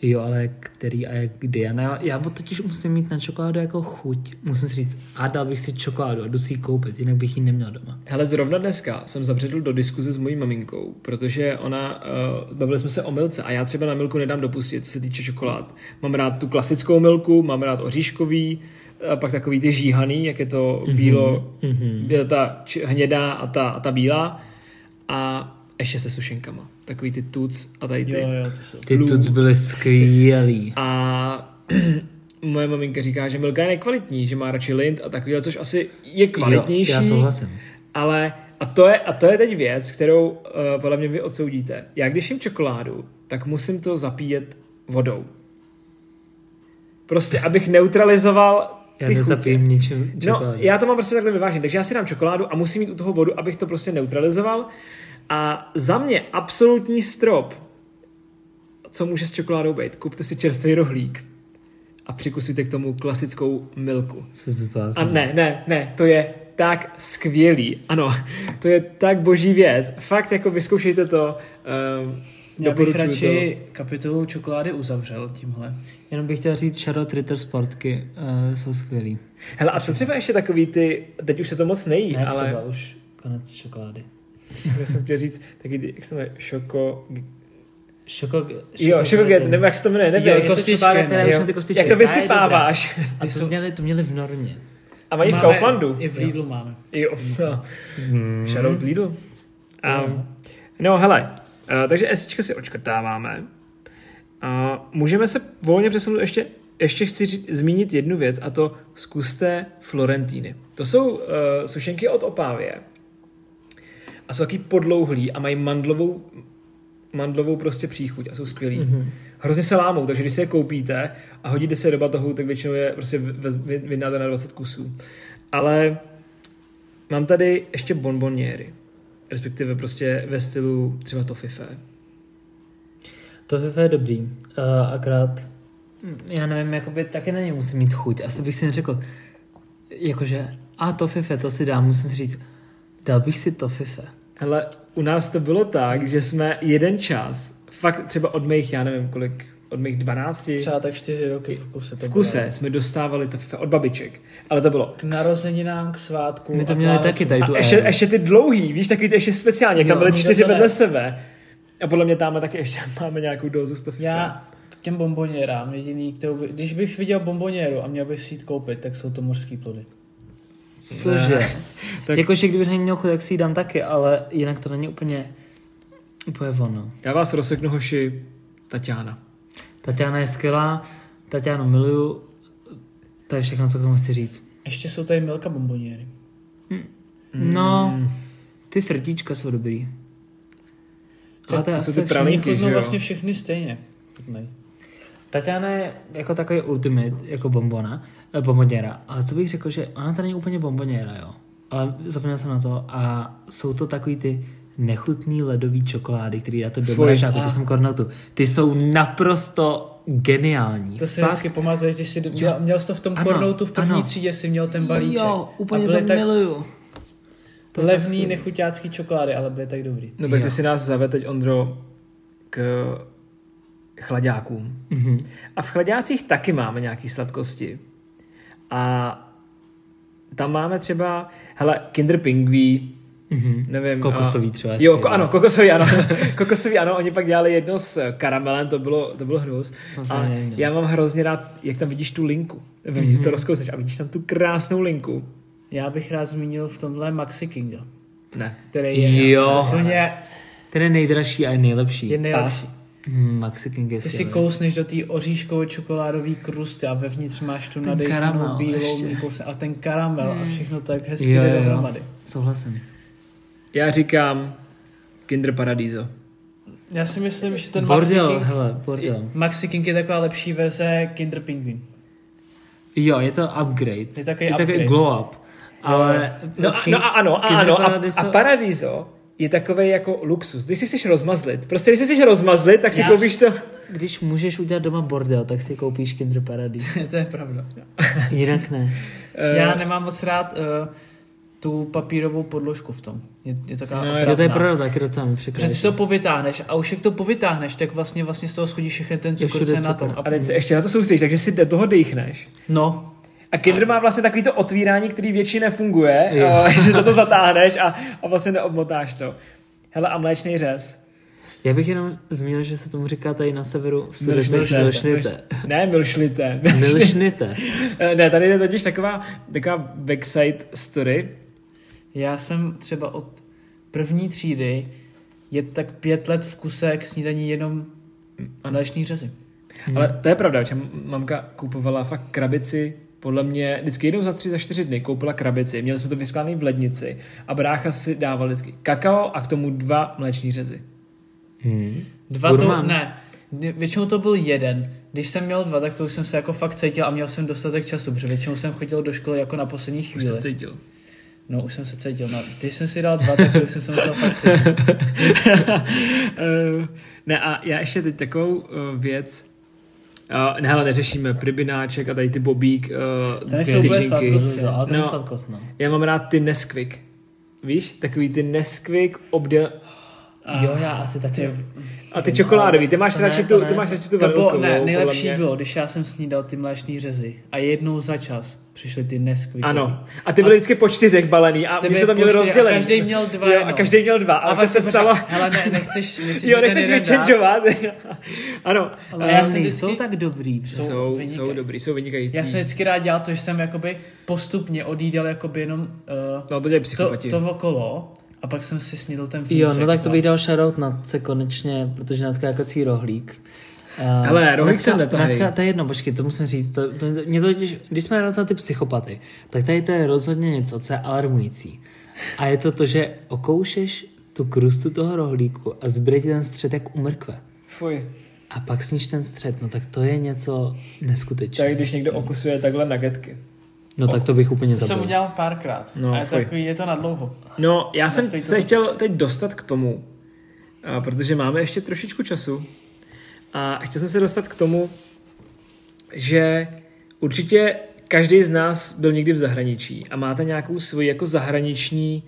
Jo, ale který a jak kdy? Já totiž musím mít na čokoládu jako chuť. Musím si říct, a dal bych si čokoládu a jdu si ji koupit, jinak bych ji neměl doma. Hele, zrovna dneska jsem zabředl do diskuze s mojí maminkou, protože bavili jsme se o milce a já třeba na milku nedám dopustit, co se týče čokolád. Mám rád tu klasickou milku, mám rád oříškový, a pak takový ty žíhaný, jak je to bílo, je ta hnědá a ta bílá a ještě se sušenkama. Takový ty tuc a tady ty. Jo, ty jsou. Ty tuc byly skvělý. A moje maminka říká, že milka je nekvalitní, že má radši Lindt a takovýhle, což asi je kvalitnější. Jo, já souhlasím. Ale a to je teď věc, kterou podle mě vy odsoudíte. Já když jim čokoládu, tak musím to zapíjet vodou. Prostě, abych neutralizoval já nezapijím ničím čokoládu. No, já to mám prostě takhle vyvážený, takže já si dám čokoládu a musím mít u toho vodu, abych to prostě neutralizoval. A za mě absolutní strop, co může s čokoládou být, kupte si čerstvý rohlík a přikusujte k tomu klasickou milku. A ne, to je tak skvělý. Ano, to je tak boží věc. Fakt jako vyzkoušejte to. Já bych radši kapitolu čokolády uzavřel tímhle. Jenom bych chtěl říct, Charlotte Ritter Sportky jsou skvělý. Hele, a co třeba ještě takový ty, teď už se to moc nejí, ne, ale... třeba už konec čokolády. Já jsem chtěl říct, taky, jak se jmenuje, Šokoget, nebo jak se to jmenuje, nevím. Jo, ty kostičky. Jak to vysypáváš. To měli v Normě. A mají v Kauflandu. I v Lidlu máme. Jo, no. Shoutout Lidl. No hele, takže Sčka si odškrtáváme. Můžeme se volně přesunout ještě chci zmínit jednu věc a to zkuste Florentiny. To jsou sušenky od Opávie. A jsou taky podlouhlý a mají mandlovou prostě příchuť a jsou skvělý. Hrozně se lámou, takže když si je koupíte a hodíte se do batohu, tak většinou je prostě vydáte na 20 kusů. Ale mám tady ještě bonboniéry, respektive prostě ve stylu třeba toffifé. Toffifé je dobrý, akorát já nevím, jakoby taky na ně musím mít chuť. Asi bych si neřekl, jakože toffifé, to si dám, musím si říct, dal bych si toffifé. Hele, u nás to bylo tak, že jsme jeden čas, fakt třeba od mých, já nevím kolik, od mých 12. Třeba tak 4 roky v kuse. V kuse jsme dostávali toffifé od babiček, ale to bylo k narozeninám, k svátku. My to měli taky tady tu ještě ty dlouhý, víš, taky ty ještě speciálně, tam byly 4 vedle sebe. A podle mě tam taky ještě máme nějakou dózu z toffifé. Já k těm bonboniérám, jediný, když bych viděl bonboniéru a měl bych si jít koupit, tak jsou to mořský plody. Cože? Tak... Jakože kdybych neměl chuť, tak si ji dám taky, ale jinak to není úplně ono. Já vás rozseknu, hoši, Tatiana. Tatiana je skvělá, Tatianu miluju, to je všechno, co k tomu chci říct. Ještě jsou tady Milka bonboniéry. No, ty srdíčka jsou dobrý. Ale to jsou ty pralinky, že jo? Vlastně všechny stejně. Tatiana je jako takový ultimate, jako bomboniéra. Ale co bych řekl, že ona to není úplně bomboniéra, jo. Ale zapomněl jsem na to a jsou to takový ty nechutný ledový čokolády, který dáte do mrazáku, to jsem kornatu. Ty jsou naprosto geniální. To si vždycky památuješ, když jsi měl jsi to v tom kornoutu v první třídě, si měl ten balíček. Jo, úplně to miluju. To levný nechuťácký čokolády, ale byly tak dobrý. No tak ty si nás zaved teď, Ondro, k chlaďákům. A v chlaďácích taky máme nějaký sladkosti. A tam máme třeba, hele, Kinder Pingví, nevím. Kokosový třeba. Jo, ano, kokosový, ano. Kokosový, ano, oni pak dělali jedno s karamelem, to bylo hnus. A já mám hrozně rád, jak tam vidíš tu linku. To rozkousneš a vidíš tam tu krásnou linku. Já bych rád zmínil v tomhle Maxi Kinga. Ne. Který je ten je nejdražší a je nejlepší. Je nejlepší. Maxi King je ty si kousneš do té oříškové čokoládové krusty a vevnitř máš tu nadechnou bílou mlíkou a ten karamel a všechno tak hezky jde dohromady. Souhlasím. Já říkám Kinder Paradiso. Já si myslím, že ten bordel. Maxi King je taková lepší verze Kinder Pingvin. Jo, je to upgrade. Je takový glow up. Ale ano. A Paradiso je takovej jako luxus. Když si chceš rozmazlit, tak si koupíš to. Když můžeš udělat doma bordel, tak si koupíš Kinder Paradise. To je pravda. Jinak ne. Já nemám moc rád tu papírovou podložku v tom. Je taková to je pravda, taky docela mi překvapí. Protože ty to povytáhneš a už jak to povytáhneš, tak vlastně z toho schodí všechny ten cukr, co je na tom. A teď se ještě na to soustředíš, takže si do toho dejchneš. No. A Kinder má vlastně takový to otvírání, který většině nefunguje, že se to zatáhneš a vlastně neobmotáš to. Hele, a mléčný řez. Já bych jenom zmínil, že se tomu říká tady na severu v Sudetech milšnite. Ne, milšnite. Milšnite. Ne, tady je totiž taková backside story. Já jsem třeba od první třídy je tak 5 let v kuse k snídaní jenom mléčný řezy. Ale to je pravda, že mamka kupovala fakt krabici, podle mě vždycky jednou za 4 dny koupila krabici, měli jsme to vyskládaný v lednici a brácha si dával vždycky kakao a k tomu 2 mléčný řezy. 2 to, ne, většinou to byl 1. Když jsem měl 2, tak to už jsem se jako fakt cítil a měl jsem dostatek času, protože většinou jsem chodil do školy jako na poslední chvíli. Už se cítil. No, už jsem se cítil. No, když jsem si dal 2, tak to už jsem se musel fakt cítit. Ne, a já ještě teď takovou věc. Hele, neřešíme Pribináček a tady ty Bobík tyčinky. Já mám rád ty Nesquik. Víš? Takový ty Nesquik Jo, já asi taky. A ty čokoládový, ty máš radši tu velkou. Ne, nejlepší bylo, když já jsem snídal ty mléčný řezy a jednou za čas přišly ty Nesquiky. Ano. A ty byly vždycky po 4 balený a my se to měli rozdělený. A každý měl 2. Jo, a každý měl 2. A se stalo. Hele, nechceš vyčenžovat. Ano. Ale já jsou tak dobrý. Jsou dobrý, jsou vynikající. Já jsem vždycky rád dělal to, že jsem jakoby postupně odjídal jakoby jenom to dělají psychopati. To okolo. A pak jsem si snídl ten vnitřek. Jo, no tak to bych dal shoutout Natce konečně, protože Natka jako cí rohlík. Hele, rohlík jsem netahej. Natka, to je jedno, počkej, to musím říct. Když jsme rád za ty psychopaty, tak tady to je rozhodně něco, co je alarmující. A je to, že okoušeš tu krustu toho rohlíku a zbyde ti ten střed jak u mrkve. Fuj. A pak sníš ten střed, no tak to je něco neskutečného. Tak když někdo okusuje takhle nuggetky. No tak to bych úplně zabil. To jsem udělal párkrát. No, a je to na dlouho. No, já jsem se chtěl teď dostat k tomu, protože máme ještě trošičku času a chtěl jsem se dostat k tomu, že určitě každý z nás byl někdy v zahraničí a máte nějakou svoji jako zahraniční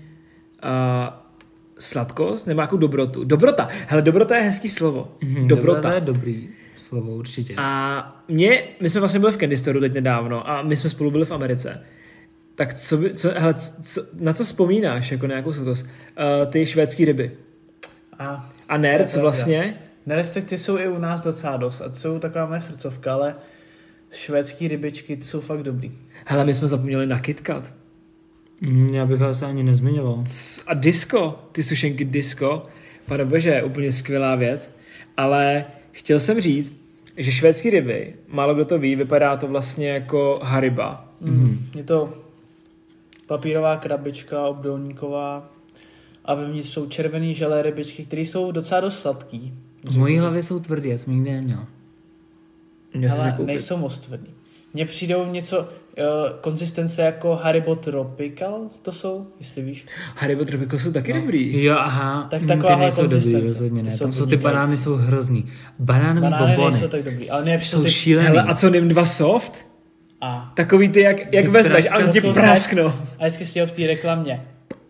sladkost nebo nějakou dobrotu. Dobrota. Hele, dobrota je hezký slovo. Dobrota je dobrý slovo, určitě. A my jsme vlastně byli v Candy Store teď nedávno a my jsme spolu byli v Americe. Tak na co vzpomínáš jako nějakou sladkost? Ty švédský ryby. A nerds vlastně? Nerds, ty jsou i u nás docela dost a to jsou taková moje srdcovka, ale švédský rybičky ty jsou fakt dobrý. Hele, my jsme zapomněli na KitKat. Já bych ho se ani nezmiňoval. A disco, ty sušenky disco, pane bože, úplně skvělá věc, ale chtěl jsem říct, že švédský ryby, málo kdo to ví, vypadá to vlastně jako Hariba. Je to papírová krabička, obdélníková a vevnitř jsou červený želé rybičky, které jsou docela dost sladký. V mojí hlavě jsou tvrdý, já jsem nikdy neměl. Ale nejsou moc tvrdý. Mně přijdou něco konzistence jako Haribo Tropical, to jsou, jestli víš. Haribo Tropical jsou taky dobrý. Jo, aha. Tak taková konzistence. Rozhodně ne. Tam jsou ty banány jsou hrozný. Banány nejsou tak dobrý, ale ne, jsou šílený. Hele, a co NIM 2 soft? Takový ty, jak vezmeš a ti prasknou. A vždycky si ho v té reklamě.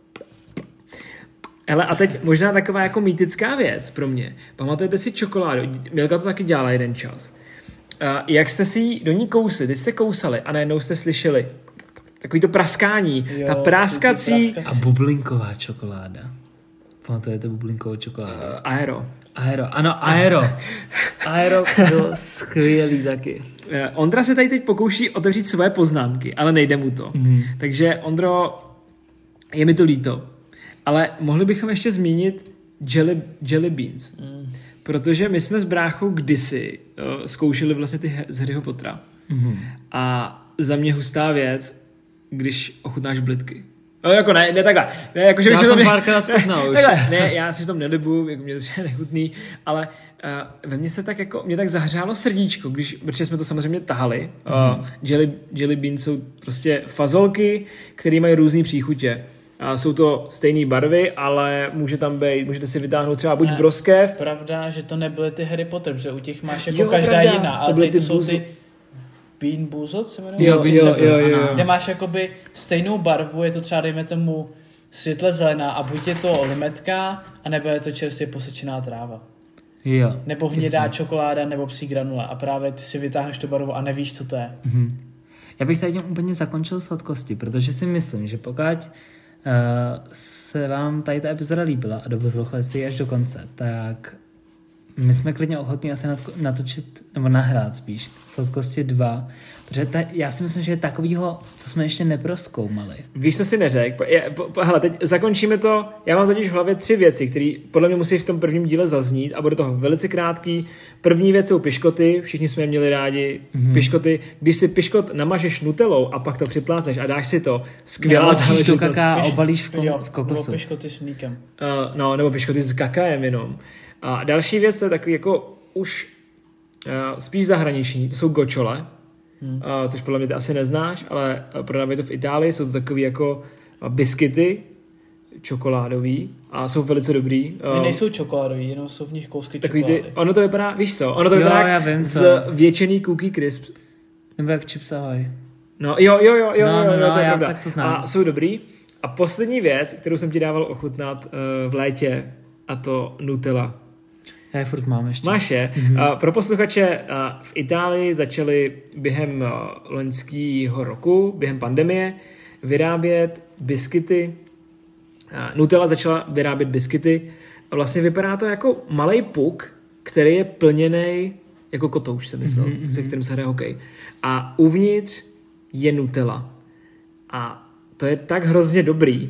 Hele, a teď možná taková jako mýtická věc pro mě. Pamatujete si čokoládu? Milka to taky dělala jeden čas. Jak jste si do ní kousli, teď jste kousali a najednou jste slyšeli takový to praskání, jo, ta práskací... A bublinková čokoláda. Pamatujete bublinkovou čokoládu? Aero. Ano, Aero byl skvělý taky. Ondra se tady teď pokouší otevřít své poznámky, ale nejde mu to. Takže Ondro, je mi to líto. Ale mohli bychom ještě zmínit jelly beans. Protože my jsme s bráchou kdysi zkoušeli vlastně ty z Harryho Pottera. A za mě hustá věc, když ochutnáš blitky. No jako ne takhle. Ne, jako, že já jsem párkrát chutnal už. Ne, já si v tom nelibuju, jako mě to je nechutný, ale ve mně se tak jako, mě tak zahřálo srdíčko, protože jsme to samozřejmě tahali. Jelly beans jsou prostě fazolky, které mají různý příchutě. Jsou to stejné barvy, ale můžete si vytáhnout třeba buď broskev. Pravda, že to nebyly ty Harry Potter, že u těch máš jako každá jiná, ale tady to jsou ty Bean Boozled se jmenuje? Jo. Kde máš jakoby stejnou barvu, je to třeba dejme tomu světle zelená a buď je to limetka, anebo je to čerstvě posečená tráva. Jo. Nebo hnědá čokoláda, nebo psí granule a právě ty si vytáhneš tu barvu a nevíš, co to je. Já bych tady úplně zakončil sladkosti, protože si myslím, že pokud se vám tady ta epizoda líbila a doposlouchali jste ji až do konce, tak my jsme klidně ochotní asi natočit, nebo nahrát spíš, Sladkosti 2, protože já si myslím, že je takovýho, co jsme ještě neprozkoumali. Víš, co si neřekl? Hele, teď zakončíme to. Já mám totiž v hlavě 3 věci, které podle mě musí v tom prvním díle zaznít a bude to velice krátký. První věc jsou piškoty, všichni jsme je měli rádi. Piškoty, když si piškot namažeš nutelou a pak to připláceš a dáš si to, skvělá záležitost. do kaká a obalíš v kokosu. Nebo piškoty s mlíkem. Nebo piškoty s kakaem jenom. A další věc je takový jako už spíš zahraniční, to jsou gočole, což podle mě ty asi neznáš, ale prodávají to v Itálii, jsou to takový jako biskyty čokoládový a jsou velice dobrý. Nejsou čokoládový, jenom jsou v nich kousky čokolády. Ono to vypadá, víš co, ono to vypadá z většený cookie crisp. Nebo jak Chips Ahoy. No, jo, to je pravda. Tak to znám. A jsou dobrý. A poslední věc, kterou jsem ti dával ochutnat v létě, a to Nutella. Já je furt mám ještě. Máš je. Pro posluchače v Itálii začali během loňského roku, během pandemie, vyrábět biskyty. Nutella začala vyrábět biskyty a vlastně vypadá to jako malej puk, který je plněnej jako kotouč, se myslel, se kterým se hraje hokej. A uvnitř je Nutella. A to je tak hrozně dobrý.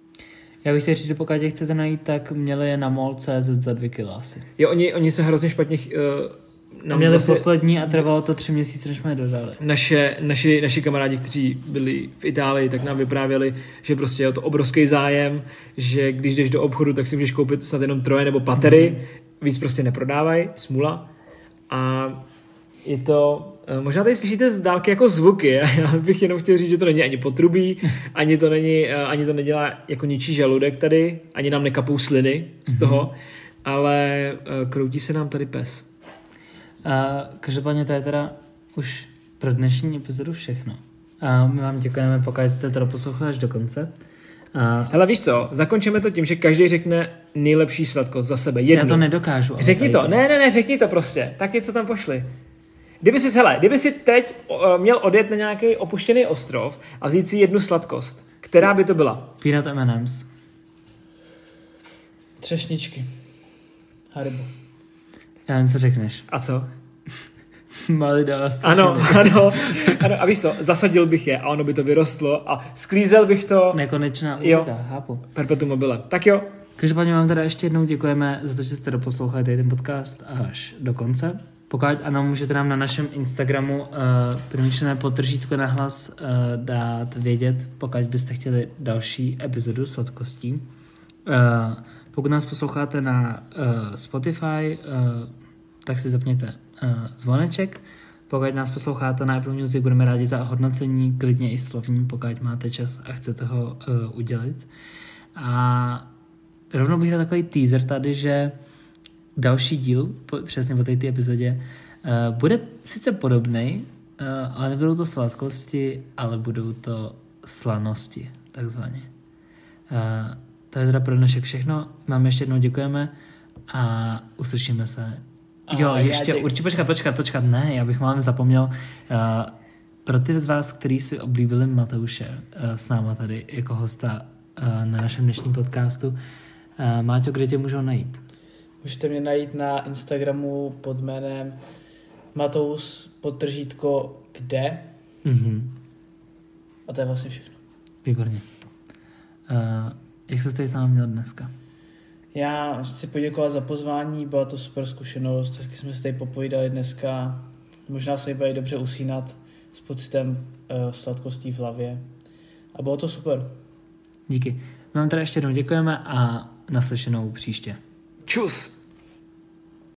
Já bych chtěl říct, že pokud je chcete najít, tak měli je na mol.cz za 2 kg asi. Jo, oni se hrozně špatně... měli vlastně poslední a trvalo to 3 měsíce, než jsme je dodali. Naši kamarádi, kteří byli v Itálii, tak nám vyprávěli, že prostě je to obrovský zájem, že když jdeš do obchodu, tak si můžeš koupit snad jenom 3 nebo patery, víc prostě neprodávají, smůla. A je to... Možná tady slyšíte z dálky jako zvuky. Já bych jenom chtěl říct, že to není ani potrubí, ani to nedělá jako ničí žaludek tady, ani nám nekapou sliny z toho, ale kroutí se nám tady pes. Každopádně to je teda už pro dnešní epizodu všechno. My vám děkujeme, pokud jste to doposlouchali až do konce. Hele, víš co, zakončíme to tím, že každý řekne nejlepší sladkost za sebe. Jednu. Já to nedokážu. Řekni to. Ne, řekni to prostě. Taky, co tam pošli. Kdyby si teď měl odjet na nějaký opuštěný ostrov a vzít si jednu sladkost, která by to byla? Peanut M&M's. Třešničky. Haribo. Já jen co řekneš. A co? Malida. Ano. A víš co, zasadil bych je a ono by to vyrostlo a sklízel bych to. Nekonečná úroda, chápu. Perpetuum mobile. Tak jo. Každopádně vám teda ještě jednou děkujeme za to, že jste doposlouchali tady ten podcast až do konce. Pokud ano, můžete nám na našem Instagramu promyšlené podtržítko nahlas dát vědět, pokud byste chtěli další epizodu sladkostí. Pokud nás posloucháte na Spotify, tak si zapněte zvoneček. Pokud nás posloucháte na Apple Music, budeme rádi za hodnocení, klidně i slovní, pokud máte čas a chcete ho udělit. A rovnou bych dal takový teaser tady, že další díl, přesně po této epizodě, bude sice podobnej, ale nebudou to sladkosti, ale budou to slanosti, takzvaně. To je teda pro dnešek všechno. Vám ještě jednou děkujeme a uslyšíme se. Počkat, ne, já bych vám zapomněl. Pro ty z vás, kteří si oblíbili Matouše s náma tady jako hosta na našem dnešním podcastu, Máťo, kde tě můžou najít? Můžete mě najít na Instagramu pod jménem Matous podtržítko kde. A to je vlastně všechno. Výborně. Jak se tady s námi měl dneska? Já chci poděkovat za pozvání, byla to super zkušenost, vždycky jsme se tady popovídali dneska, možná se bude dobře usínat s pocitem sladkostí v hlavě a bylo to super. Díky. My vám teda ještě jednou děkujeme a naslyšenou příště. Čus!